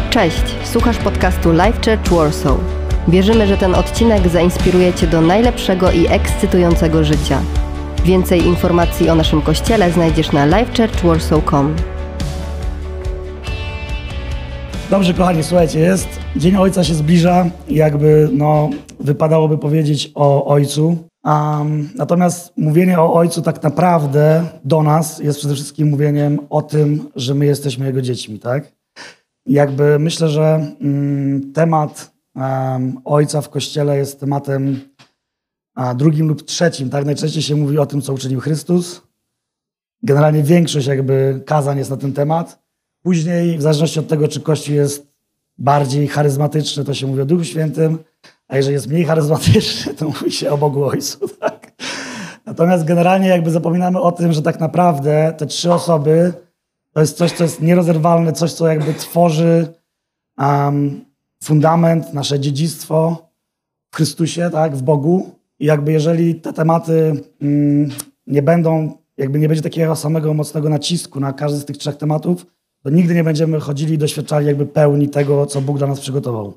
Cześć, słuchasz podcastu Life Church Warsaw. Wierzymy, że ten odcinek zainspiruje Cię do najlepszego i ekscytującego życia. Więcej informacji o naszym kościele znajdziesz na lifechurchwarsaw.com. Dobrze, kochani, słuchajcie, Dzień Ojca się zbliża i wypadałoby powiedzieć o Ojcu. Natomiast mówienie o Ojcu tak naprawdę do nas jest przede wszystkim mówieniem o tym, że my jesteśmy Jego dziećmi, tak? Myślę, że temat Ojca w Kościele jest tematem drugim lub trzecim, tak? Najczęściej się mówi o tym, co uczynił Chrystus. Generalnie większość kazań jest na ten temat. Później, w zależności od tego, czy Kościół jest bardziej charyzmatyczny, to się mówi o Duchu Świętym, a jeżeli jest mniej charyzmatyczny, to mówi się o Bogu Ojcu, tak? Natomiast generalnie zapominamy o tym, że tak naprawdę te trzy osoby to jest coś, co jest nierozerwalne, coś, co tworzy fundament, nasze dziedzictwo w Chrystusie, tak, w Bogu. I jeżeli te tematy nie będą, nie będzie takiego samego mocnego nacisku na każdy z tych trzech tematów, to nigdy nie będziemy chodzili i doświadczali pełni tego, co Bóg dla nas przygotował.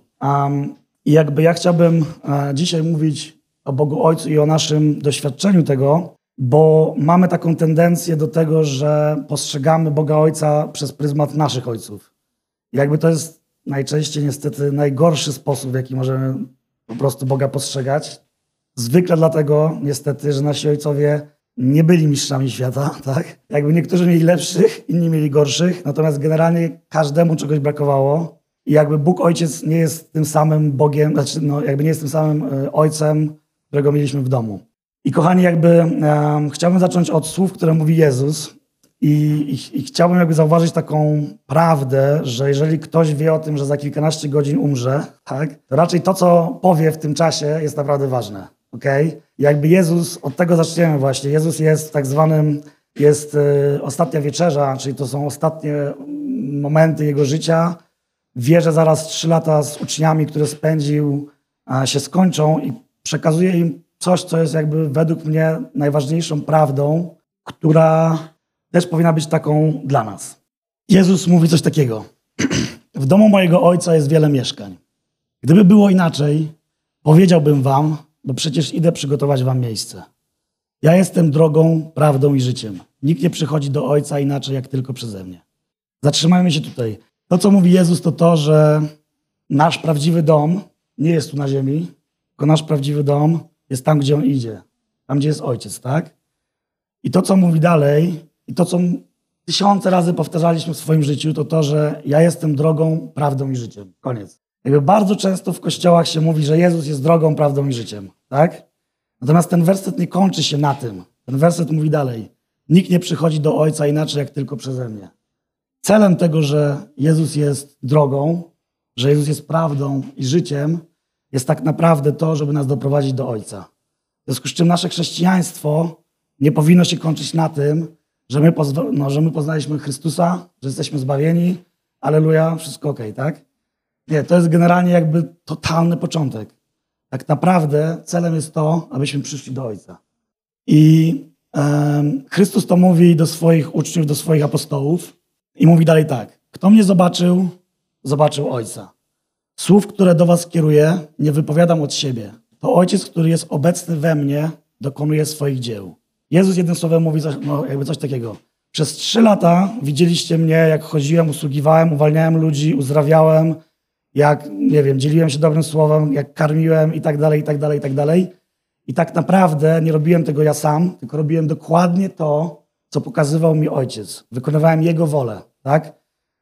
Ja chciałbym dzisiaj mówić o Bogu Ojcu i o naszym doświadczeniu tego, bo mamy taką tendencję do tego, że postrzegamy Boga Ojca przez pryzmat naszych ojców. To jest najczęściej niestety najgorszy sposób, w jaki możemy po prostu Boga postrzegać. Zwykle dlatego niestety, że nasi ojcowie nie byli mistrzami świata, tak? Niektórzy mieli lepszych, inni mieli gorszych, natomiast generalnie każdemu czegoś brakowało. I Bóg Ojciec nie jest tym samym Bogiem, nie jest tym samym Ojcem, którego mieliśmy w domu. I kochani, chciałbym zacząć od słów, które mówi Jezus i chciałbym zauważyć taką prawdę, że jeżeli ktoś wie o tym, że za kilkanaście godzin umrze, tak, to raczej to, co powie w tym czasie, jest naprawdę ważne. Okay? Jezus, od tego zaczniemy właśnie. Jezus jest jest ostatnia wieczerza, czyli to są ostatnie momenty Jego życia. Wie, że zaraz 3 lata z uczniami, które spędził, się skończą i przekazuje im coś, co jest według mnie najważniejszą prawdą, która też powinna być taką dla nas. Jezus mówi coś takiego. W domu mojego Ojca jest wiele mieszkań. Gdyby było inaczej, powiedziałbym wam, bo przecież idę przygotować wam miejsce. Ja jestem drogą, prawdą i życiem. Nikt nie przychodzi do Ojca inaczej, jak tylko przeze mnie. Zatrzymajmy się tutaj. To, co mówi Jezus, to, że nasz prawdziwy dom nie jest tu na ziemi, tylko nasz prawdziwy dom jest tam, gdzie On idzie. Tam, gdzie jest Ojciec, tak? I to, co mówi dalej, i to, co tysiące razy powtarzaliśmy w swoim życiu, to, że ja jestem drogą, prawdą i życiem. Koniec. Bardzo często w kościołach się mówi, że Jezus jest drogą, prawdą i życiem, tak? Natomiast ten werset nie kończy się na tym. Ten werset mówi dalej. Nikt nie przychodzi do Ojca inaczej, jak tylko przeze mnie. Celem tego, że Jezus jest drogą, że Jezus jest prawdą i życiem, jest tak naprawdę to, żeby nas doprowadzić do Ojca. W związku z czym nasze chrześcijaństwo nie powinno się kończyć na tym, że my poznaliśmy Chrystusa, że jesteśmy zbawieni, alleluja, wszystko okej, tak? Nie, to jest generalnie totalny początek. Tak naprawdę celem jest to, abyśmy przyszli do Ojca. I Chrystus to mówi do swoich uczniów, do swoich apostołów i mówi dalej tak. Kto mnie zobaczył, zobaczył Ojca. Słów, które do was kieruję, nie wypowiadam od siebie. To Ojciec, który jest obecny we mnie, dokonuje swoich dzieł. Jezus jednym słowem mówi coś takiego. Przez 3 lata widzieliście mnie, jak chodziłem, usługiwałem, uwalniałem ludzi, uzdrawiałem, jak, dzieliłem się dobrym słowem, jak karmiłem i tak dalej, i tak dalej, i tak dalej. I tak naprawdę nie robiłem tego ja sam, tylko robiłem dokładnie to, co pokazywał mi Ojciec. Wykonywałem Jego wolę, tak?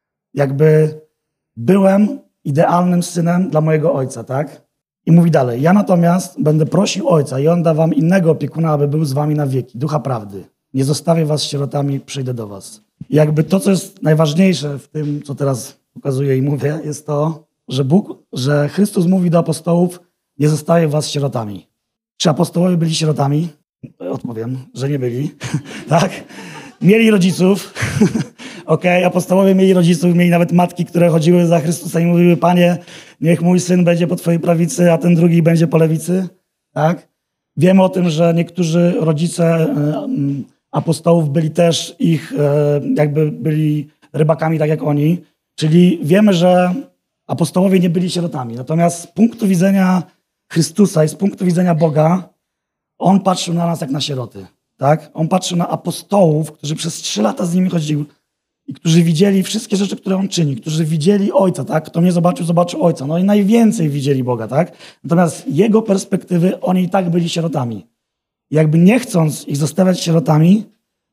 Byłem idealnym synem dla mojego Ojca, tak? I mówi dalej, ja natomiast będę prosił Ojca i On da wam innego opiekuna, aby był z wami na wieki, Ducha Prawdy. Nie zostawię was sierotami, przyjdę do was. I to, co jest najważniejsze w tym, co teraz pokazuję i mówię, jest to, że Chrystus mówi do apostołów, nie zostawię was sierotami. Czy apostołowie byli sierotami? Odpowiem, że nie byli. Tak? Mieli rodziców. Okej, apostołowie mieli rodziców, mieli nawet matki, które chodziły za Chrystusa i mówiły, Panie, niech mój syn będzie po Twojej prawicy, a ten drugi będzie po lewicy. Tak? Wiemy o tym, że niektórzy rodzice apostołów byli też byli rybakami, tak jak oni. Czyli wiemy, że apostołowie nie byli sierotami. Natomiast z punktu widzenia Chrystusa i z punktu widzenia Boga, On patrzył na nas jak na sieroty. Tak? On patrzył na apostołów, którzy przez 3 lata z nimi chodzili i którzy widzieli wszystkie rzeczy, które On czyni, którzy widzieli Ojca. Tak? Kto mnie zobaczył, zobaczył Ojca. No i najwięcej widzieli Boga. Tak? Natomiast jego perspektywy, oni i tak byli sierotami. I jakby nie chcąc ich zostawiać sierotami,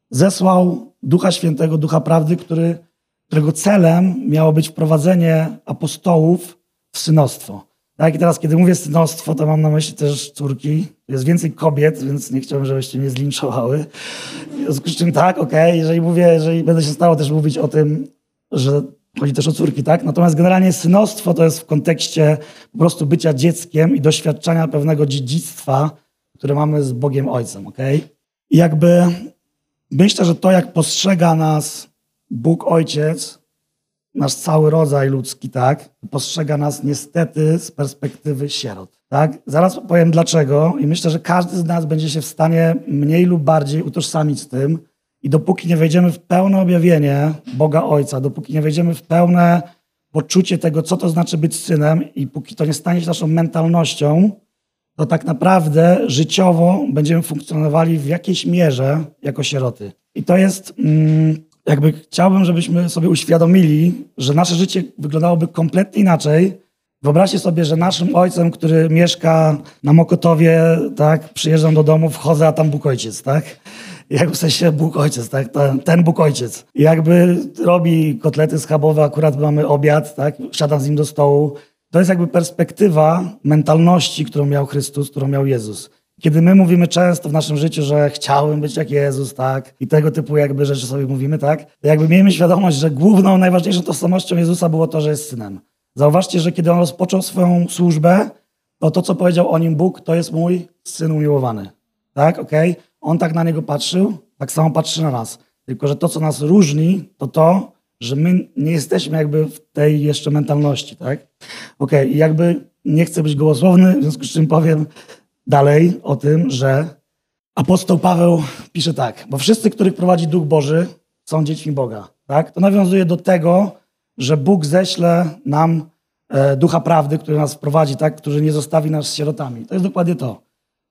zesłał Ducha Świętego, Ducha Prawdy, którego celem miało być wprowadzenie apostołów w synostwo. Tak, i teraz, kiedy mówię synostwo, to mam na myśli też córki. Jest więcej kobiet, więc nie chciałbym, żebyście mnie zlinczowały. W związku z czym tak, okej, jeżeli będę się stało też mówić o tym, że chodzi też o córki, tak? Natomiast generalnie synostwo to jest w kontekście po prostu bycia dzieckiem i doświadczania pewnego dziedzictwa, które mamy z Bogiem Ojcem, okej? I jakby myślę, że to, jak postrzega nas Bóg Ojciec, nasz cały rodzaj ludzki, tak, postrzega nas niestety z perspektywy sierot. Tak? Zaraz powiem dlaczego i myślę, że każdy z nas będzie się w stanie mniej lub bardziej utożsamić z tym i dopóki nie wejdziemy w pełne objawienie Boga Ojca, dopóki nie wejdziemy w pełne poczucie tego, co to znaczy być synem i póki to nie stanie się naszą mentalnością, to tak naprawdę życiowo będziemy funkcjonowali w jakiejś mierze jako sieroty. I to jest... Jakby chciałbym, żebyśmy sobie uświadomili, że nasze życie wyglądałoby kompletnie inaczej. Wyobraźcie sobie, że naszym ojcem, który mieszka na Mokotowie, tak, przyjeżdżam do domu, wchodzę, a tam Bóg Ojciec, tak? Jak w sensie Bóg Ojciec, tak? Ten Bóg Ojciec. I jakby robi kotlety schabowe, akurat mamy obiad, tak? Siadam z nim do stołu. To jest jakby perspektywa mentalności, którą miał Chrystus, którą miał Jezus. Kiedy my mówimy często w naszym życiu, że chciałem być jak Jezus, tak? I tego typu jakby rzeczy sobie mówimy, tak? To jakby miejmy świadomość, że główną, najważniejszą tożsamością Jezusa było to, że jest synem. Zauważcie, że kiedy On rozpoczął swoją służbę, to co powiedział o Nim Bóg, to jest mój Syn umiłowany. Tak? Okej? On tak na Niego patrzył, tak samo patrzy na nas. Tylko, że to, co nas różni, to, że my nie jesteśmy jakby w tej jeszcze mentalności, tak? Okej, i jakby nie chcę być gołosłowny, w związku z czym powiem dalej o tym, że apostoł Paweł pisze tak, bo wszyscy, których prowadzi Duch Boży, są dziećmi Boga. Tak? To nawiązuje do tego, że Bóg ześle nam Ducha Prawdy, który nas wprowadzi, tak? Który nie zostawi nas sierotami. To jest dokładnie to.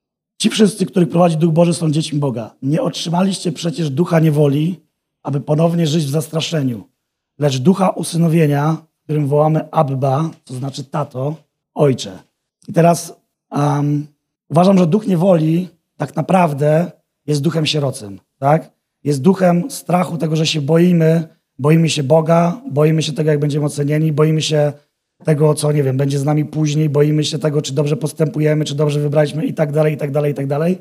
Ci wszyscy, których prowadzi Duch Boży, są dziećmi Boga. Nie otrzymaliście przecież ducha niewoli, aby ponownie żyć w zastraszeniu, lecz ducha usynowienia, którym wołamy Abba, to znaczy tato, ojcze. I teraz uważam, że duch niewoli tak naprawdę jest duchem sierocym, tak? Jest duchem strachu, tego, że się boimy się Boga, boimy się tego, jak będziemy ocenieni, boimy się tego, co, nie wiem, będzie z nami później, boimy się tego, czy dobrze postępujemy, czy dobrze wybraliśmy i tak dalej, i tak dalej, i tak dalej.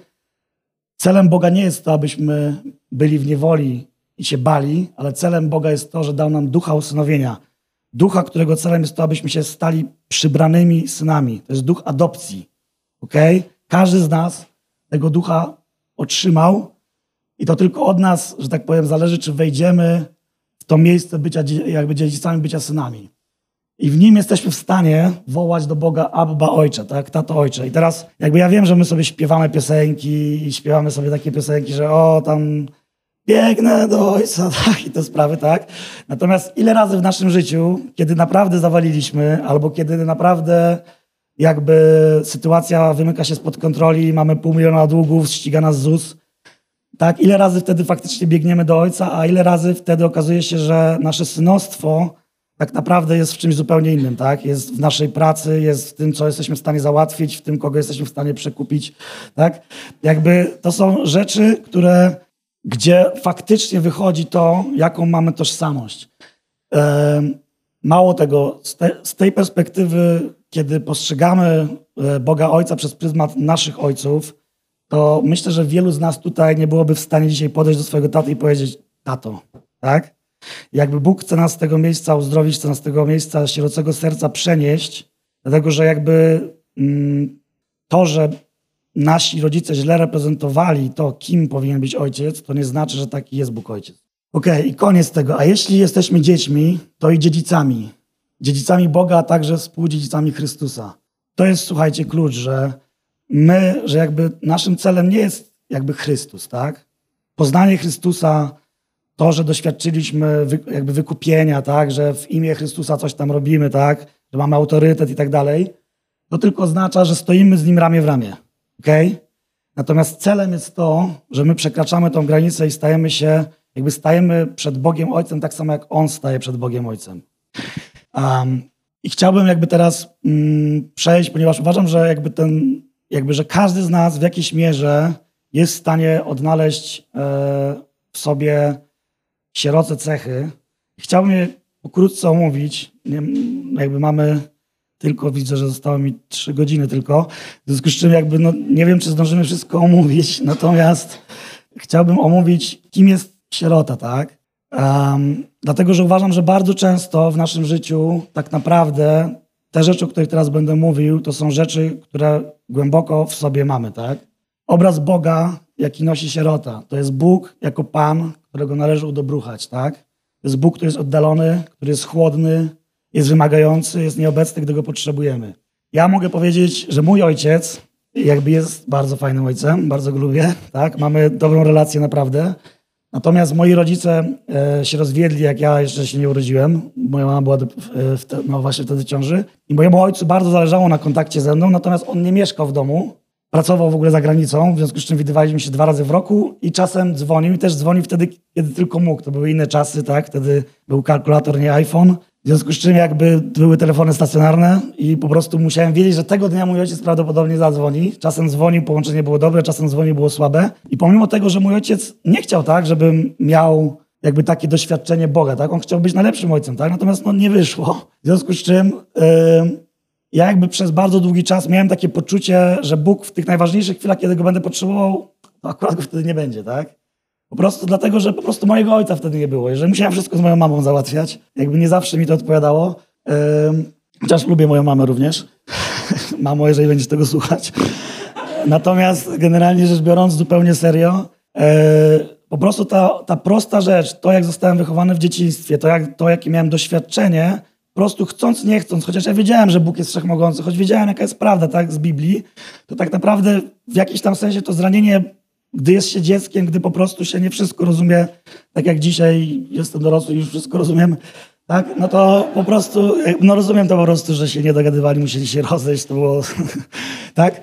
Celem Boga nie jest to, abyśmy byli w niewoli i się bali, ale celem Boga jest to, że dał nam ducha usynowienia. Ducha, którego celem jest to, abyśmy się stali przybranymi synami. To jest duch adopcji. Okay? Każdy z nas tego ducha otrzymał i to tylko od nas, że tak powiem, zależy, czy wejdziemy w to miejsce bycia jakby dziedzicami, bycia synami. I w nim jesteśmy w stanie wołać do Boga Abba Ojcze, tak? Tato Ojcze. I teraz jakby ja wiem, że my sobie śpiewamy piosenki i śpiewamy sobie takie piosenki, że tam biegnę do Ojca, tak? I te sprawy, tak? Natomiast ile razy w naszym życiu, kiedy naprawdę zawaliliśmy albo kiedy naprawdę jakby sytuacja wymyka się spod kontroli, mamy 500 000 długów, ściga nas ZUS, tak? Ile razy wtedy faktycznie biegniemy do Ojca, a ile razy wtedy okazuje się, że nasze synostwo tak naprawdę jest w czymś zupełnie innym, tak? Jest w naszej pracy, jest w tym, co jesteśmy w stanie załatwić, w tym, kogo jesteśmy w stanie przekupić, tak? Jakby to są rzeczy, gdzie faktycznie wychodzi to, jaką mamy tożsamość. Mało tego, z tej perspektywy, kiedy postrzegamy Boga Ojca przez pryzmat naszych ojców, to myślę, że wielu z nas tutaj nie byłoby w stanie dzisiaj podejść do swojego taty i powiedzieć: tato, tak? Jakby Bóg chce nas z tego miejsca uzdrowić, chce nas z tego miejsca sierocego serca przenieść, dlatego że jakby to, że nasi rodzice źle reprezentowali to, kim powinien być ojciec, to nie znaczy, że taki jest Bóg Ojciec. Okej, i koniec tego. A jeśli jesteśmy dziećmi, to i dziedzicami. Dziedzicami Boga, a także współdziedzicami Chrystusa. To jest, słuchajcie, klucz, że jakby naszym celem nie jest jakby Chrystus, tak? Poznanie Chrystusa, to, że doświadczyliśmy jakby wykupienia, tak? Że w imię Chrystusa coś tam robimy, tak? że mamy autorytet i tak dalej, to tylko oznacza, że stoimy z nim ramię w ramię. Okay? Natomiast celem jest to, że my przekraczamy tą granicę i stajemy przed Bogiem Ojcem tak samo, jak On staje przed Bogiem Ojcem. I chciałbym teraz przejść, ponieważ uważam, że że każdy z nas w jakiejś mierze jest w stanie odnaleźć w sobie sieroce cechy. Chciałbym je pokrótce omówić. Mamy tylko, widzę, że zostało mi 3 godziny tylko, w związku z czym nie wiem, czy zdążymy wszystko omówić, natomiast chciałbym omówić, kim jest sierota, tak? Dlatego, że uważam, że bardzo często w naszym życiu tak naprawdę te rzeczy, o których teraz będę mówił, to są rzeczy, które głęboko w sobie mamy, tak? Obraz Boga, jaki nosi sierota, to jest Bóg jako Pan, którego należy udobruchać, tak? To jest Bóg, który jest oddalony, który jest chłodny, jest wymagający, jest nieobecny, gdy go potrzebujemy. Ja mogę powiedzieć, że mój ojciec jest bardzo fajnym ojcem, bardzo go lubię, tak? Mamy dobrą relację naprawdę. Natomiast moi rodzice się rozwiedli, jak ja jeszcze się nie urodziłem. Moja mama była właśnie wtedy w ciąży. I mojemu ojcu bardzo zależało na kontakcie ze mną, natomiast on nie mieszkał w domu. Pracował w ogóle za granicą, w związku z czym widywaliśmy się 2 razy w roku i czasem dzwonił. I też dzwonił wtedy, kiedy tylko mógł. To były inne czasy, tak? Wtedy był kalkulator, nie iPhone. W związku z czym były telefony stacjonarne i po prostu musiałem wiedzieć, że tego dnia mój ojciec prawdopodobnie zadzwoni. Czasem dzwonił, połączenie było dobre, czasem dzwonił, było słabe. I pomimo tego, że mój ojciec nie chciał tak, żebym miał takie doświadczenie Boga, tak? On chciał być najlepszym ojcem, tak? Natomiast nie wyszło. W związku z czym ja przez bardzo długi czas miałem takie poczucie, że Bóg w tych najważniejszych chwilach, kiedy go będę potrzebował, to akurat go wtedy nie będzie, tak? Po prostu dlatego, że mojego ojca wtedy nie było. Że musiałem wszystko z moją mamą załatwiać. Nie zawsze mi to odpowiadało. Chociaż lubię moją mamę również. Mamo, jeżeli będziesz tego słuchać. Natomiast generalnie rzecz biorąc, zupełnie serio, po prostu ta prosta rzecz, to jak zostałem wychowany w dzieciństwie, to jakie miałem doświadczenie, po prostu chcąc, nie chcąc, chociaż ja wiedziałem, że Bóg jest wszechmogący, choć wiedziałem, jaka jest prawda, tak, z Biblii, to tak naprawdę w jakimś tam sensie to zranienie, gdy jest się dzieckiem, gdy po prostu się nie wszystko rozumie, tak jak dzisiaj jestem dorosły i już wszystko rozumiem, tak, no to po prostu, rozumiem to po prostu, że się nie dogadywali, musieli się rozejść, to było, tak,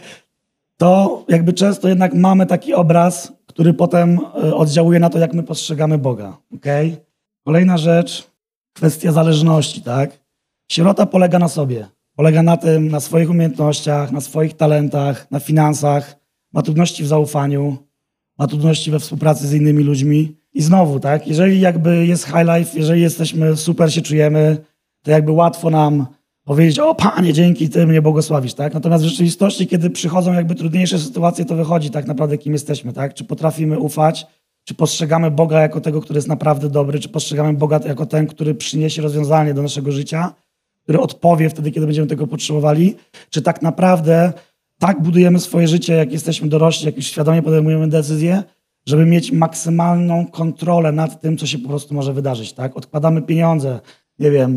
to często jednak mamy taki obraz, który potem oddziałuje na to, jak my postrzegamy Boga, okej? Kolejna rzecz, kwestia zależności, tak? Sierota polega na sobie, polega na tym, na swoich umiejętnościach, na swoich talentach, na finansach, ma trudności w zaufaniu, ma trudności we współpracy z innymi ludźmi. I znowu, tak, jeżeli jest high life, jeżeli jesteśmy, super się czujemy, to łatwo nam powiedzieć, o Panie, dzięki Ty mnie błogosławisz, tak? Natomiast w rzeczywistości, kiedy przychodzą trudniejsze sytuacje, to wychodzi tak naprawdę, kim jesteśmy, tak? Czy potrafimy ufać, czy postrzegamy Boga jako tego, który jest naprawdę dobry, czy postrzegamy Boga jako ten, który przyniesie rozwiązanie do naszego życia, który odpowie wtedy, kiedy będziemy tego potrzebowali, czy tak naprawdę tak budujemy swoje życie, jak jesteśmy dorośli, jak już świadomie podejmujemy decyzje, żeby mieć maksymalną kontrolę nad tym, co się po prostu może wydarzyć, tak? Odkładamy pieniądze, nie wiem,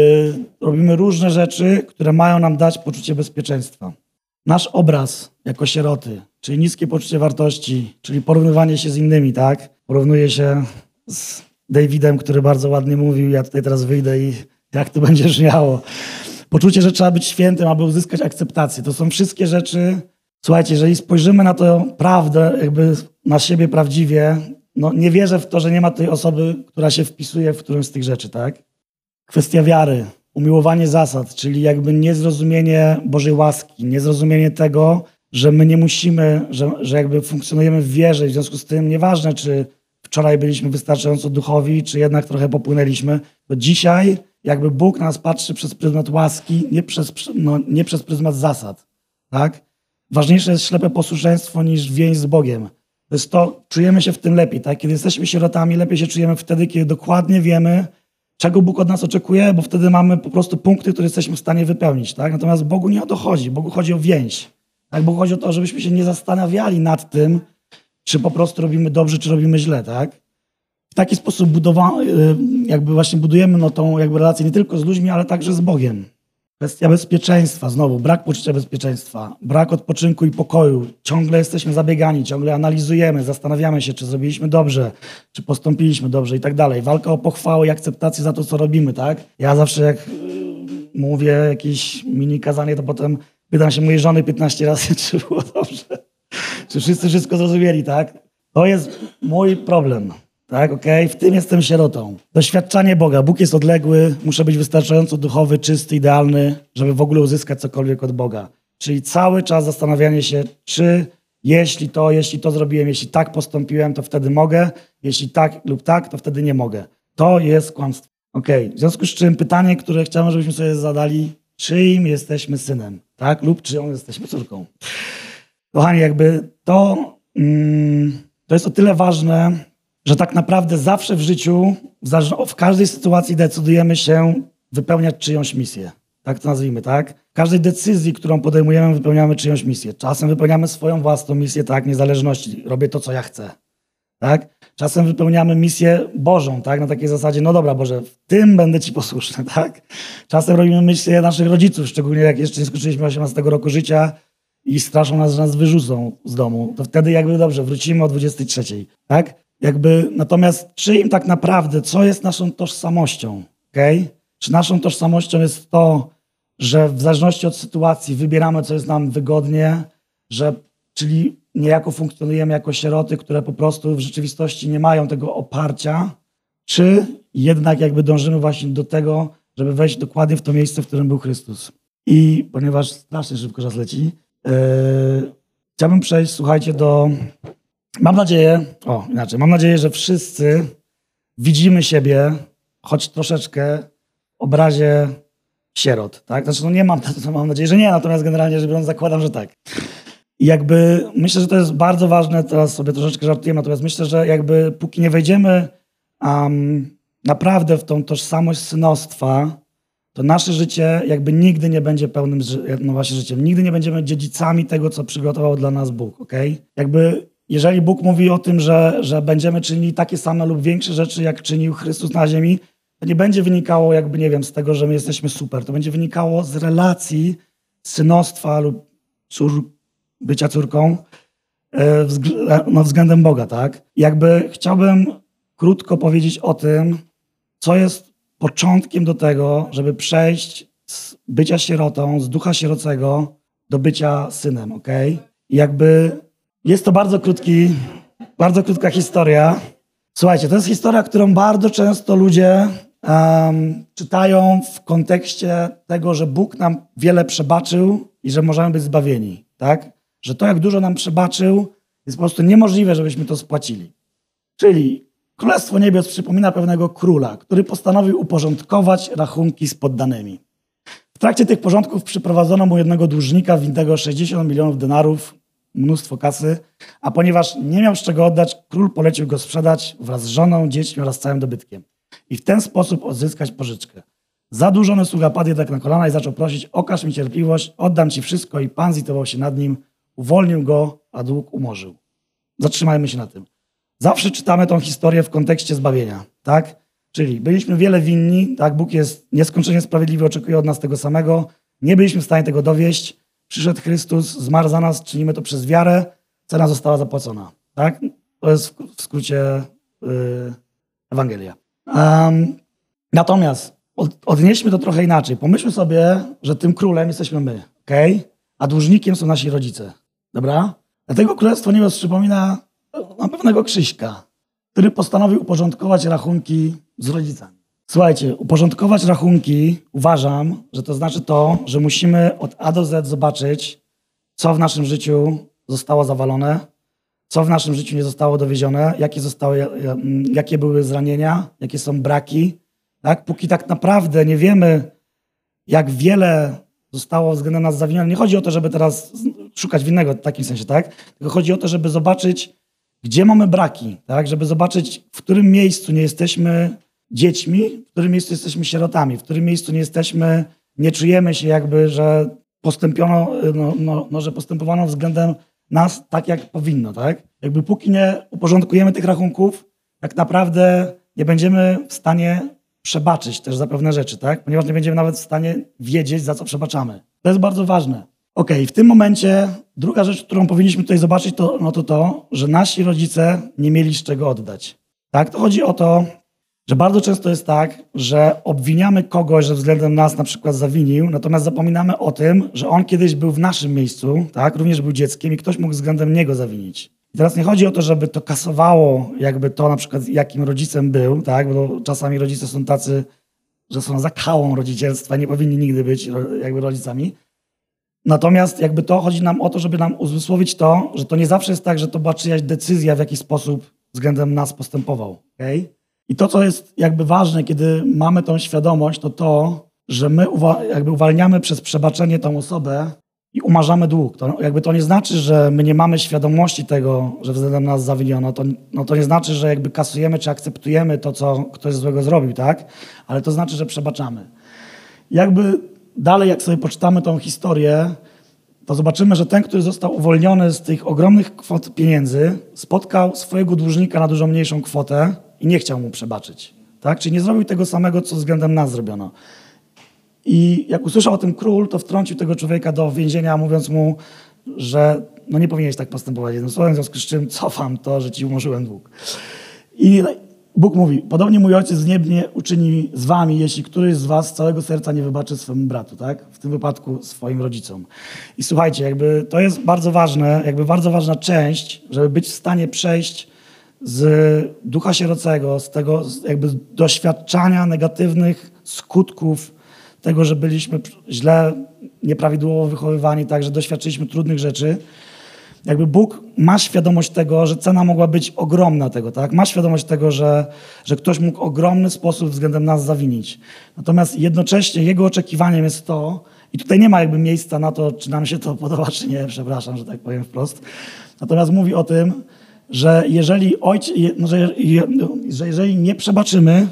robimy różne rzeczy, które mają nam dać poczucie bezpieczeństwa. Nasz obraz jako sieroty, czyli niskie poczucie wartości, czyli porównywanie się z innymi, tak? Porównuję się z Davidem, który bardzo ładnie mówił, ja tutaj teraz wyjdę i jak to będzie brzmiało. Poczucie, że trzeba być świętym, aby uzyskać akceptację. To są wszystkie rzeczy. Słuchajcie, jeżeli spojrzymy na tę prawdę, na siebie prawdziwie, nie wierzę w to, że nie ma tej osoby, która się wpisuje w którąś z tych rzeczy, tak? Kwestia wiary, umiłowanie zasad, czyli niezrozumienie Bożej łaski, niezrozumienie tego, że my nie musimy, że funkcjonujemy w wierze i w związku z tym nieważne, czy wczoraj byliśmy wystarczająco duchowi, czy jednak trochę popłynęliśmy, to dzisiaj Bóg na nas patrzy przez pryzmat łaski, nie przez pryzmat zasad, tak? Ważniejsze jest ślepe posłuszeństwo niż więź z Bogiem. To jest to, czujemy się w tym lepiej, tak? Kiedy jesteśmy sierotami, lepiej się czujemy wtedy, kiedy dokładnie wiemy, czego Bóg od nas oczekuje, bo wtedy mamy po prostu punkty, które jesteśmy w stanie wypełnić, tak? Natomiast Bogu nie o to chodzi. Bogu chodzi o więź. Tak? Bogu chodzi o to, żebyśmy się nie zastanawiali nad tym, czy po prostu robimy dobrze, czy robimy źle, tak? W taki sposób właśnie budujemy tą relację nie tylko z ludźmi, ale także z Bogiem. Kwestia bezpieczeństwa, znowu, brak poczucia bezpieczeństwa, brak odpoczynku i pokoju. Ciągle jesteśmy zabiegani, ciągle analizujemy, zastanawiamy się, czy zrobiliśmy dobrze, czy postąpiliśmy dobrze i tak dalej. Walka o pochwałę i akceptację za to, co robimy, tak? Ja zawsze mówię jakieś mini kazanie, to potem pytam się mojej żony 15 razy, czy było dobrze, czy wszyscy wszystko zrozumieli, tak? To jest mój problem, tak? Okej? W tym jestem sierotą. Doświadczanie Boga. Bóg jest odległy, muszę być wystarczająco duchowy, czysty, idealny, żeby w ogóle uzyskać cokolwiek od Boga. Czyli cały czas zastanawianie się, czy jeśli to zrobiłem, jeśli tak postąpiłem, to wtedy mogę, jeśli tak lub tak, to wtedy nie mogę. To jest kłamstwo. Okej. W związku z czym pytanie, które chciałem, żebyśmy sobie zadali, czyim jesteśmy synem, tak? Lub czyją jesteśmy córką. Kochani, jakby to jest o tyle ważne, że tak naprawdę zawsze w życiu, w każdej sytuacji decydujemy się wypełniać czyjąś misję. Tak to nazwijmy, tak? W każdej decyzji, którą podejmujemy, wypełniamy czyjąś misję. Czasem wypełniamy swoją własną misję, tak? Niezależności. Robię to, co ja chcę. Tak? Czasem wypełniamy misję Bożą, tak? Na takiej zasadzie, no dobra Boże, w tym będę Ci posłuszny, tak? Czasem robimy misję naszych rodziców, szczególnie jak jeszcze nie skończyliśmy 18 roku życia i straszą nas, że nas wyrzucą z domu. To wtedy jakby dobrze, wrócimy o 23, tak? Jakby, natomiast czyim tak naprawdę, co jest naszą tożsamością, okej? Czy naszą tożsamością jest to, że w zależności od sytuacji wybieramy, co jest nam wygodnie, czyli niejako funkcjonujemy jako sieroty, które po prostu w rzeczywistości nie mają tego oparcia, czy jednak jakby dążymy właśnie do tego, żeby wejść dokładnie w to miejsce, w którym był Chrystus. I ponieważ strasznie szybko czas leci, chciałbym przejść, słuchajcie, mam nadzieję, że wszyscy widzimy siebie, choć troszeczkę, w obrazie sierot, tak? Znaczy, mam nadzieję, że nie, natomiast generalnie rzecz biorąc zakładam, że tak. I jakby myślę, że to jest bardzo ważne, teraz sobie troszeczkę żartuję, natomiast myślę, że jakby póki nie wejdziemy naprawdę w tą tożsamość synostwa, to nasze życie jakby nigdy nie będzie pełnym życiem. Nigdy nie będziemy dziedzicami tego, co przygotował dla nas Bóg, okej? Jakby jeżeli Bóg mówi o tym, że będziemy czynili takie same lub większe rzeczy, jak czynił Chrystus na ziemi, to nie będzie wynikało jakby, nie wiem, z tego, że my jesteśmy super. To będzie wynikało z relacji synostwa lub bycia córką względem Boga, tak? Jakby chciałbym krótko powiedzieć o tym, co jest początkiem do tego, żeby przejść z bycia sierotą, z ducha sierocego do bycia synem, okej? I jakby jest to bardzo krótka historia. Słuchajcie, to jest historia, którą bardzo często ludzie czytają w kontekście tego, że Bóg nam wiele przebaczył i że możemy być zbawieni, tak? Że to, jak dużo nam przebaczył, jest po prostu niemożliwe, żebyśmy to spłacili. Czyli Królestwo Niebios przypomina pewnego króla, który postanowił uporządkować rachunki z poddanymi. W trakcie tych porządków przyprowadzono mu jednego dłużnika winnego 60 milionów denarów, mnóstwo kasy, a ponieważ nie miał z czego oddać, król polecił go sprzedać wraz z żoną, dziećmi oraz całym dobytkiem. I w ten sposób odzyskać pożyczkę. Zadłużony sługa padł jednak na kolana i zaczął prosić: okaż mi cierpliwość, oddam ci wszystko. I Pan zlitował się nad nim, uwolnił go, a dług umorzył. Zatrzymajmy się na tym. Zawsze czytamy tą historię w kontekście zbawienia, tak? Czyli byliśmy wiele winni, tak? Bóg jest nieskończenie sprawiedliwy, oczekuje od nas tego samego. Nie byliśmy w stanie tego dowieść. Przyszedł Chrystus, zmarł za nas, czynimy to przez wiarę. Cena została zapłacona, tak? To jest w skrócie Ewangelia. Natomiast odnieśmy to trochę inaczej. Pomyślmy sobie, że tym królem jesteśmy my, okej? A dłużnikiem są nasi rodzice, dobra? Dlatego Królestwo Niebios przypomina pewnego Krzyśka, który postanowił uporządkować rachunki z rodzicami. Słuchajcie, uporządkować rachunki, uważam, że to znaczy to, że musimy od A do Z zobaczyć, co w naszym życiu zostało zawalone, co w naszym życiu nie zostało dowiezione, jakie były zranienia, jakie są braki. Tak? Póki tak naprawdę nie wiemy, jak wiele zostało względem nas zawinione. Nie chodzi o to, żeby teraz szukać winnego w takim sensie, tak? Tylko chodzi o to, żeby zobaczyć, gdzie mamy braki, tak? Żeby zobaczyć, w którym miejscu nie jesteśmy dziećmi, w którym miejscu jesteśmy sierotami, w którym miejscu nie czujemy się jakby, że postępowano względem nas tak, jak powinno, tak? Jakby póki nie uporządkujemy tych rachunków, tak naprawdę nie będziemy w stanie przebaczyć też za pewne rzeczy, tak? Ponieważ nie będziemy nawet w stanie wiedzieć, za co przebaczamy. To jest bardzo ważne. Okej, w tym momencie druga rzecz, którą powinniśmy tutaj zobaczyć, to, że nasi rodzice nie mieli z czego oddać. Tak? To chodzi o to, że bardzo często jest tak, że obwiniamy kogoś, że względem nas na przykład zawinił, natomiast zapominamy o tym, że on kiedyś był w naszym miejscu, tak? Również był dzieckiem i ktoś mógł względem niego zawinić. I teraz nie chodzi o to, żeby to kasowało jakby to na przykład jakim rodzicem był, tak? Bo czasami rodzice są tacy, że są zakałą rodzicielstwa, nie powinni nigdy być jakby rodzicami. Natomiast jakby to chodzi nam o to, żeby nam uzmysłowić to, że to nie zawsze jest tak, że to była czyjaś decyzja, w jaki sposób względem nas postępował. Okay? I to, co jest jakby ważne, kiedy mamy tą świadomość, to, że my jakby uwalniamy przez przebaczenie tą osobę i umarzamy dług. To nie znaczy, że my nie mamy świadomości tego, że względem nas zawiniono. To nie znaczy, że jakby kasujemy czy akceptujemy to, co ktoś złego zrobił, tak? Ale to znaczy, że przebaczamy. Jakby dalej, jak sobie poczytamy tą historię, to zobaczymy, że ten, który został uwolniony z tych ogromnych kwot pieniędzy, spotkał swojego dłużnika na dużo mniejszą kwotę i nie chciał mu przebaczyć. Tak? Czyli nie zrobił tego samego, co względem nas zrobiono. I jak usłyszał o tym król, to wtrącił tego człowieka do więzienia, mówiąc mu, że no nie powinieneś tak postępować. Jednym słowem, w związku z czym cofam to, że ci umorzyłem dług. I Bóg mówi, podobnie mój ojciec niebnie uczyni z wami, jeśli któryś z was z całego serca nie wybaczy swemu bratu, tak? W tym wypadku swoim rodzicom. I słuchajcie, jakby to jest bardzo ważne, jakby bardzo ważna część, żeby być w stanie przejść z ducha sierocego, z tego jakby doświadczania negatywnych skutków tego, że byliśmy źle, nieprawidłowo wychowywani, tak, że doświadczyliśmy trudnych rzeczy. Jakby Bóg ma świadomość tego, że cena mogła być ogromna tego, tak? Ma świadomość tego, że ktoś mógł w ogromny sposób względem nas zawinić. Natomiast jednocześnie jego oczekiwaniem jest to, i tutaj nie ma jakby miejsca na to, czy nam się to podoba, czy nie, przepraszam, że tak powiem wprost. Natomiast mówi o tym, że jeżeli jeżeli nie przebaczymy,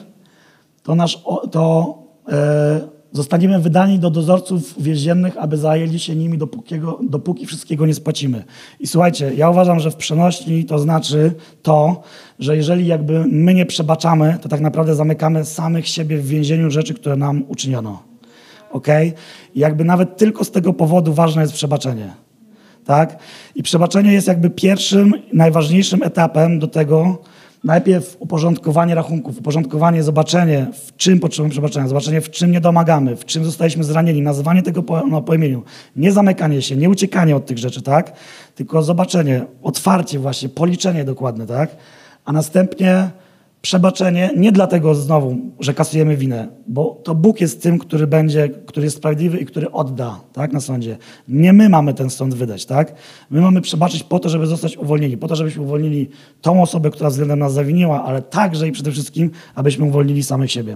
to zostaniemy wydani do dozorców więziennych, aby zajęli się nimi, dopóki wszystkiego nie spłacimy. I słuchajcie, ja uważam, że w przenośni to znaczy to, że jeżeli jakby my nie przebaczamy, to tak naprawdę zamykamy samych siebie w więzieniu rzeczy, które nam uczyniono. Okay? I jakby nawet tylko z tego powodu ważne jest przebaczenie. Tak? I przebaczenie jest jakby pierwszym, najważniejszym etapem do tego. Najpierw uporządkowanie rachunków, uporządkowanie, zobaczenie, w czym potrzebujemy przebaczenia, zobaczenie, w czym nie domagamy, w czym zostaliśmy zranieni, nazywanie tego po imieniu. Nie zamykanie się, nie uciekanie od tych rzeczy, tak? Tylko zobaczenie, otwarcie właśnie, policzenie dokładne, tak? A następnie przebaczenie, nie dlatego znowu, że kasujemy winę, bo to Bóg jest tym, który jest sprawiedliwy i który odda, tak, na sądzie. Nie my mamy ten sąd wydać, tak? My mamy przebaczyć po to, żeby zostać uwolnieni, po to, żebyśmy uwolnili tą osobę, która względem nas zawiniła, ale także i przede wszystkim, abyśmy uwolnili samych siebie.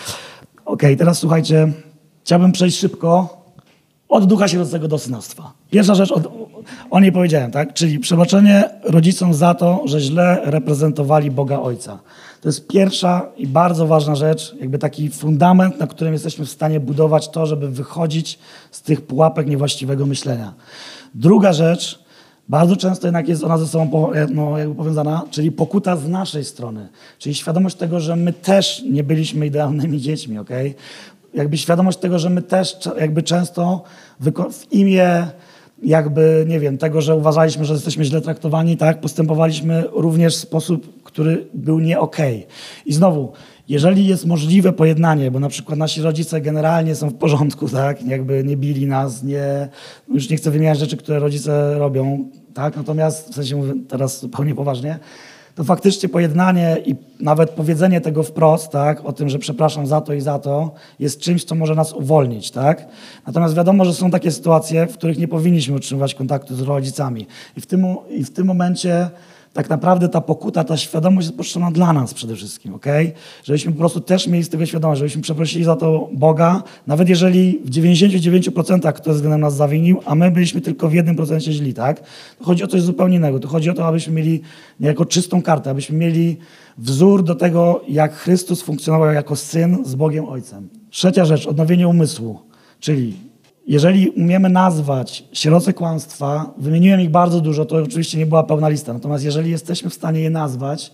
Okej, teraz słuchajcie, chciałbym przejść szybko od ducha sierocego do synostwa. Pierwsza rzecz, o niej powiedziałem, tak? Czyli przebaczenie rodzicom za to, że źle reprezentowali Boga Ojca. To jest pierwsza i bardzo ważna rzecz, jakby taki fundament, na którym jesteśmy w stanie budować to, żeby wychodzić z tych pułapek niewłaściwego myślenia. Druga rzecz, bardzo często jednak jest ona ze sobą jakby powiązana, czyli pokuta z naszej strony. Czyli świadomość tego, że my też nie byliśmy idealnymi dziećmi, okej? Jakby świadomość tego, że my też jakby często w imię jakby, nie wiem, tego, że uważaliśmy, że jesteśmy źle traktowani, tak, postępowaliśmy również w sposób, który był nie okej. I znowu, jeżeli jest możliwe pojednanie, bo na przykład nasi rodzice generalnie są w porządku, tak, jakby nie bili nas, już nie chcę wymieniać rzeczy, które rodzice robią, tak, natomiast w sensie mówię teraz zupełnie poważnie, to faktycznie pojednanie i nawet powiedzenie tego wprost, tak, o tym, że przepraszam za to i za to, jest czymś, co może nas uwolnić, tak? Natomiast wiadomo, że są takie sytuacje, w których nie powinniśmy utrzymywać kontaktu z rodzicami. I w tym momencie tak naprawdę ta pokuta, ta świadomość jest potrzebna dla nas przede wszystkim, okej? Żebyśmy po prostu też mieli z tego świadomość, żebyśmy przeprosili za to Boga, nawet jeżeli w 99% ktoś względem nas zawinił, a my byliśmy tylko w 1% źli, tak? To chodzi o coś zupełnie innego. To chodzi o to, abyśmy mieli niejako czystą kartę, abyśmy mieli wzór do tego, jak Chrystus funkcjonował jako Syn z Bogiem Ojcem. Trzecia rzecz, odnowienie umysłu, czyli jeżeli umiemy nazwać sieroce kłamstwa, wymieniłem ich bardzo dużo, to oczywiście nie była pełna lista, natomiast jeżeli jesteśmy w stanie je nazwać,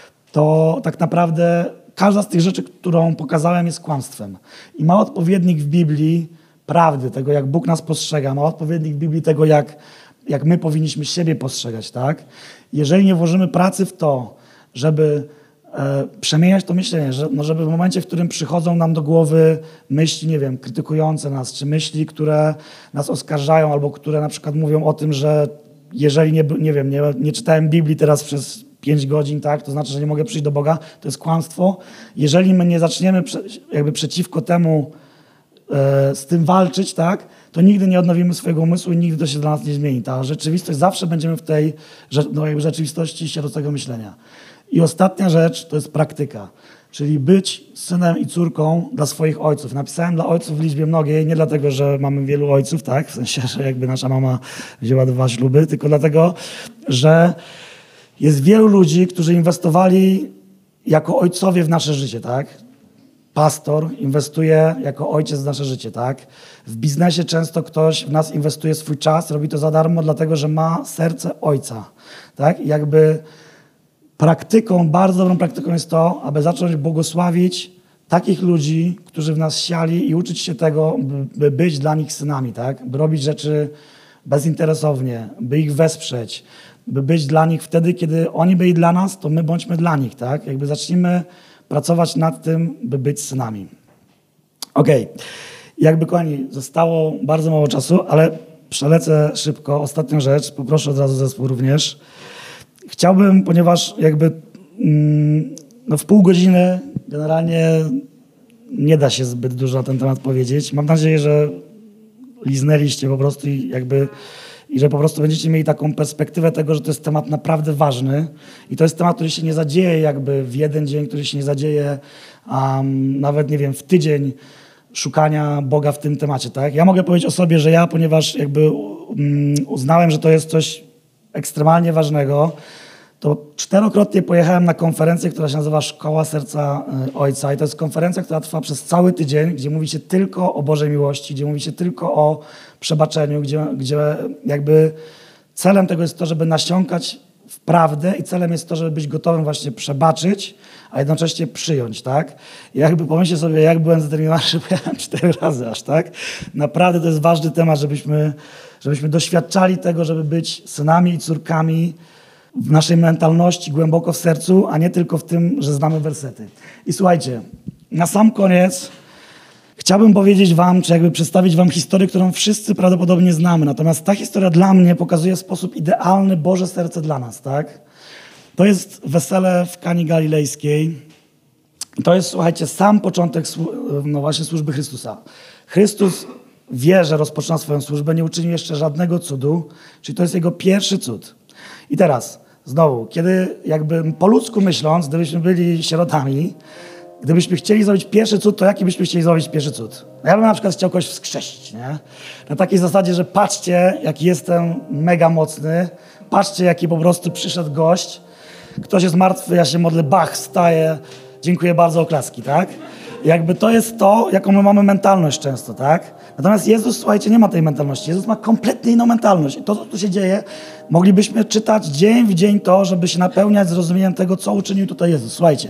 to tak naprawdę każda z tych rzeczy, którą pokazałem, jest kłamstwem. I ma odpowiednik w Biblii prawdy, tego jak Bóg nas postrzega, ma odpowiednik w Biblii tego, jak my powinniśmy siebie postrzegać, tak? Jeżeli nie włożymy pracy w to, żeby przemieniać to myślenie, żeby w momencie, w którym przychodzą nam do głowy myśli, nie wiem, krytykujące nas, czy myśli, które nas oskarżają, albo które na przykład mówią o tym, że jeżeli nie czytałem Biblii teraz przez 5 godzin, tak, to znaczy, że nie mogę przyjść do Boga, to jest kłamstwo. Jeżeli my nie zaczniemy jakby przeciwko temu z tym walczyć, tak, to nigdy nie odnowimy swojego umysłu i nigdy to się dla nas nie zmieni. Ta rzeczywistość, zawsze będziemy w tej rzeczywistości sierocego myślenia. I ostatnia rzecz to jest praktyka, czyli być synem i córką dla swoich ojców. Napisałem dla ojców w liczbie mnogiej, nie dlatego, że mamy wielu ojców, tak, w sensie, że jakby nasza mama wzięła 2 śluby, tylko dlatego, że jest wielu ludzi, którzy inwestowali jako ojcowie w nasze życie, tak? Pastor inwestuje jako ojciec w nasze życie, tak? W biznesie często ktoś w nas inwestuje swój czas, robi to za darmo, dlatego że ma serce ojca, tak? I jakby praktyką, bardzo dobrą praktyką jest to, aby zacząć błogosławić takich ludzi, którzy w nas siali i uczyć się tego, by być dla nich synami, tak? By robić rzeczy bezinteresownie, by ich wesprzeć, by być dla nich wtedy, kiedy oni byli dla nas, to my bądźmy dla nich, tak? Jakby zacznijmy pracować nad tym, by być synami. Okej. Jakby, kochani, zostało bardzo mało czasu, ale przelecę szybko. Ostatnią rzecz, poproszę od razu zespół również. Chciałbym, ponieważ jakby w pół godziny generalnie nie da się zbyt dużo na ten temat powiedzieć. Mam nadzieję, że liznęliście po prostu i że po prostu będziecie mieli taką perspektywę tego, że to jest temat naprawdę ważny i to jest temat, który się nie zadzieje jakby w jeden dzień, który się nie zadzieje nawet, nie wiem, w tydzień szukania Boga w tym temacie, tak? Ja mogę powiedzieć o sobie, że ja, ponieważ jakby uznałem, że to jest coś ekstremalnie ważnego, to 4-krotnie pojechałem na konferencję, która się nazywa Szkoła Serca Ojca i to jest konferencja, która trwa przez cały tydzień, gdzie mówi się tylko o Bożej miłości, gdzie mówi się tylko o przebaczeniu, gdzie jakby celem tego jest to, żeby nasiąkać w prawdę i celem jest to, żeby być gotowym właśnie przebaczyć, a jednocześnie przyjąć, tak? I jakby pomyślcie sobie, jak byłem zdeterminowany, że pojechałem 4 razy aż, tak? Naprawdę to jest ważny temat, żebyśmy doświadczali tego, żeby być synami i córkami w naszej mentalności, głęboko w sercu, a nie tylko w tym, że znamy wersety. I słuchajcie, na sam koniec chciałbym powiedzieć wam, czy jakby przedstawić wam historię, którą wszyscy prawdopodobnie znamy. Natomiast ta historia dla mnie pokazuje w sposób idealny Boże serce dla nas, tak? To jest wesele w Kani Galilejskiej. To jest, słuchajcie, sam początek właśnie służby Chrystusa. Chrystus wie, że rozpoczyna swoją służbę, nie uczynił jeszcze żadnego cudu, czyli to jest jego pierwszy cud. I teraz, znowu, kiedy jakby po ludzku myśląc, gdybyśmy byli sierotami, gdybyśmy chcieli zrobić pierwszy cud, to jaki byśmy chcieli zrobić pierwszy cud? No ja bym na przykład chciał kogoś wskrzesić, nie? Na takiej zasadzie, że patrzcie, jaki jestem mega mocny, patrzcie, jaki po prostu przyszedł gość, ktoś jest martwy, ja się modlę, bach, wstaję, dziękuję bardzo, oklaski, tak? Jakby to jest to, jaką my mamy mentalność często, tak? Natomiast Jezus, słuchajcie, nie ma tej mentalności. Jezus ma kompletnie inną mentalność. I to, co tu się dzieje, moglibyśmy czytać dzień w dzień to, żeby się napełniać zrozumieniem tego, co uczynił tutaj Jezus. Słuchajcie,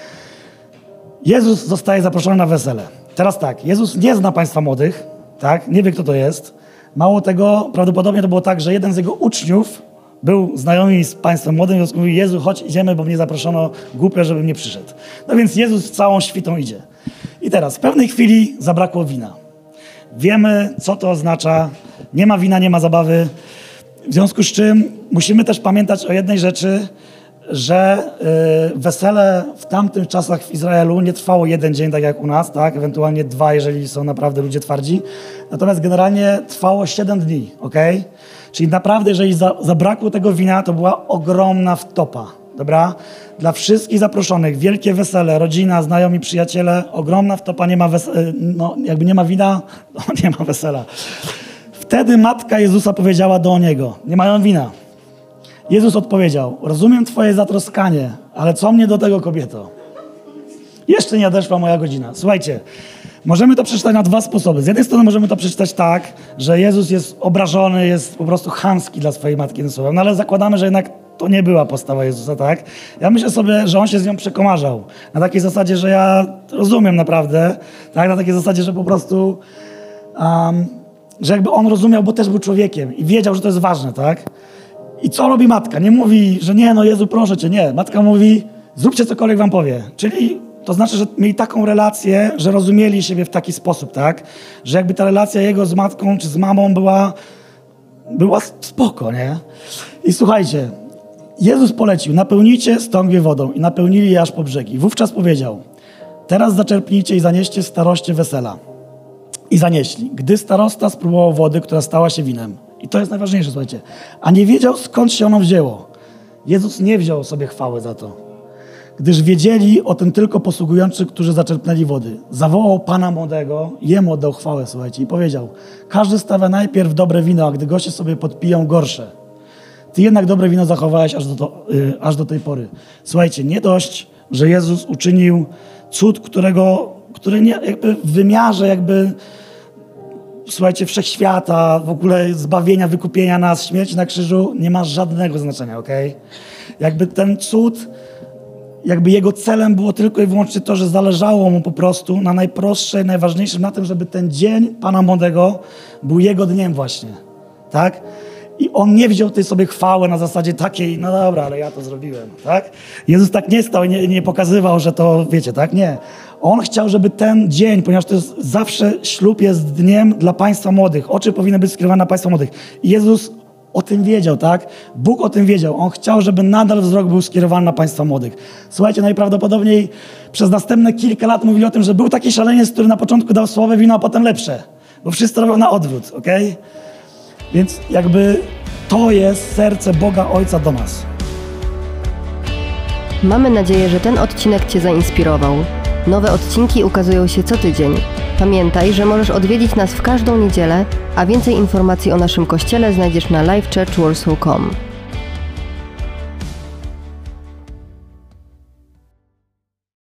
Jezus zostaje zaproszony na wesele. Teraz tak, Jezus nie zna państwa młodych, tak? Nie wie, kto to jest. Mało tego, prawdopodobnie to było tak, że jeden z jego uczniów był znajomy z państwem młodym, więc mówi: Jezu, chodź, idziemy, bo mnie zaproszono, głupio, żebym nie przyszedł. No więc Jezus całą świtą idzie. I teraz, w pewnej chwili zabrakło wina. Wiemy, co to oznacza. Nie ma wina, nie ma zabawy. W związku z czym musimy też pamiętać o jednej rzeczy, że wesele w tamtych czasach w Izraelu nie trwało 1 dzień, tak jak u nas, tak? Ewentualnie 2, jeżeli są naprawdę ludzie twardzi. Natomiast generalnie trwało 7 dni, okej? Czyli naprawdę, jeżeli zabrakło tego wina, to była ogromna wtopa, dobra? Dla wszystkich zaproszonych, wielkie wesele, rodzina, znajomi, przyjaciele, ogromna wtopa, nie ma jakby nie ma wina, nie ma wesela. Wtedy matka Jezusa powiedziała do niego: nie mają wina. Jezus odpowiedział: rozumiem twoje zatroskanie, ale co mnie do tego, kobieto? Jeszcze nie nadeszła moja godzina. Słuchajcie, możemy to przeczytać na 2 sposoby. Z jednej strony możemy to przeczytać tak, że Jezus jest obrażony, jest po prostu chamski dla swojej matki, no ale zakładamy, że jednak to nie była postawa Jezusa, tak? Ja myślę sobie, że on się z nią przekomarzał. Na takiej zasadzie, że ja rozumiem naprawdę, tak? Na takiej zasadzie, że po prostu, że jakby on rozumiał, bo też był człowiekiem i wiedział, że to jest ważne, tak? I co robi matka? Nie mówi, że nie, no Jezu, proszę cię, nie. Matka mówi: Zróbcie cokolwiek wam powie. Czyli to znaczy, że mieli taką relację, że rozumieli siebie w taki sposób, tak? Że jakby ta relacja jego z matką czy z mamą była spoko, nie? I słuchajcie, Jezus polecił, napełnijcie stągwie wodą i napełnili je aż po brzegi. Wówczas powiedział, teraz zaczerpnijcie i zanieście staroście wesela. I zanieśli, gdy starosta spróbował wody, która stała się winem. I to jest najważniejsze, słuchajcie. A nie wiedział, skąd się ono wzięło. Jezus nie wziął sobie chwały za to. Gdyż wiedzieli o tym tylko posługujący, którzy zaczerpnęli wody. Zawołał pana młodego, jemu oddał chwałę, słuchajcie, i powiedział, każdy stawia najpierw dobre wino, a gdy goście sobie podpiją, gorsze. Ty jednak dobre wino zachowałeś aż do tej pory. Słuchajcie, nie dość, że Jezus uczynił cud, który nie, jakby w wymiarze słuchajcie, wszechświata, w ogóle zbawienia, wykupienia nas, śmierci na krzyżu nie ma żadnego znaczenia, okej? Jakby ten cud, jakby jego celem było tylko i wyłącznie to, że zależało mu po prostu na najprostszej, najważniejszym, na tym, żeby ten dzień Pana Młodego był jego dniem właśnie, tak? I on nie wziął tej sobie chwały na zasadzie takiej, no dobra, ale ja to zrobiłem, tak? Jezus tak nie stał i nie pokazywał, że to, wiecie, tak? Nie. On chciał, żeby ten dzień, ponieważ to jest zawsze ślub jest dniem dla państwa młodych. Oczy powinny być skierowane na państwa młodych. I Jezus o tym wiedział, tak? Bóg o tym wiedział. On chciał, żeby nadal wzrok był skierowany na państwa młodych. Słuchajcie, najprawdopodobniej przez następne kilka lat mówili o tym, że był taki szaleniec, który na początku dał słabe wino, a potem lepsze. Bo wszyscy robią na odwrót, okej? Więc jakby to jest serce Boga Ojca do nas. Mamy nadzieję, że ten odcinek Cię zainspirował. Nowe odcinki ukazują się co tydzień. Pamiętaj, że możesz odwiedzić nas w każdą niedzielę, a więcej informacji o naszym kościele znajdziesz na livechurchwarsaw.com.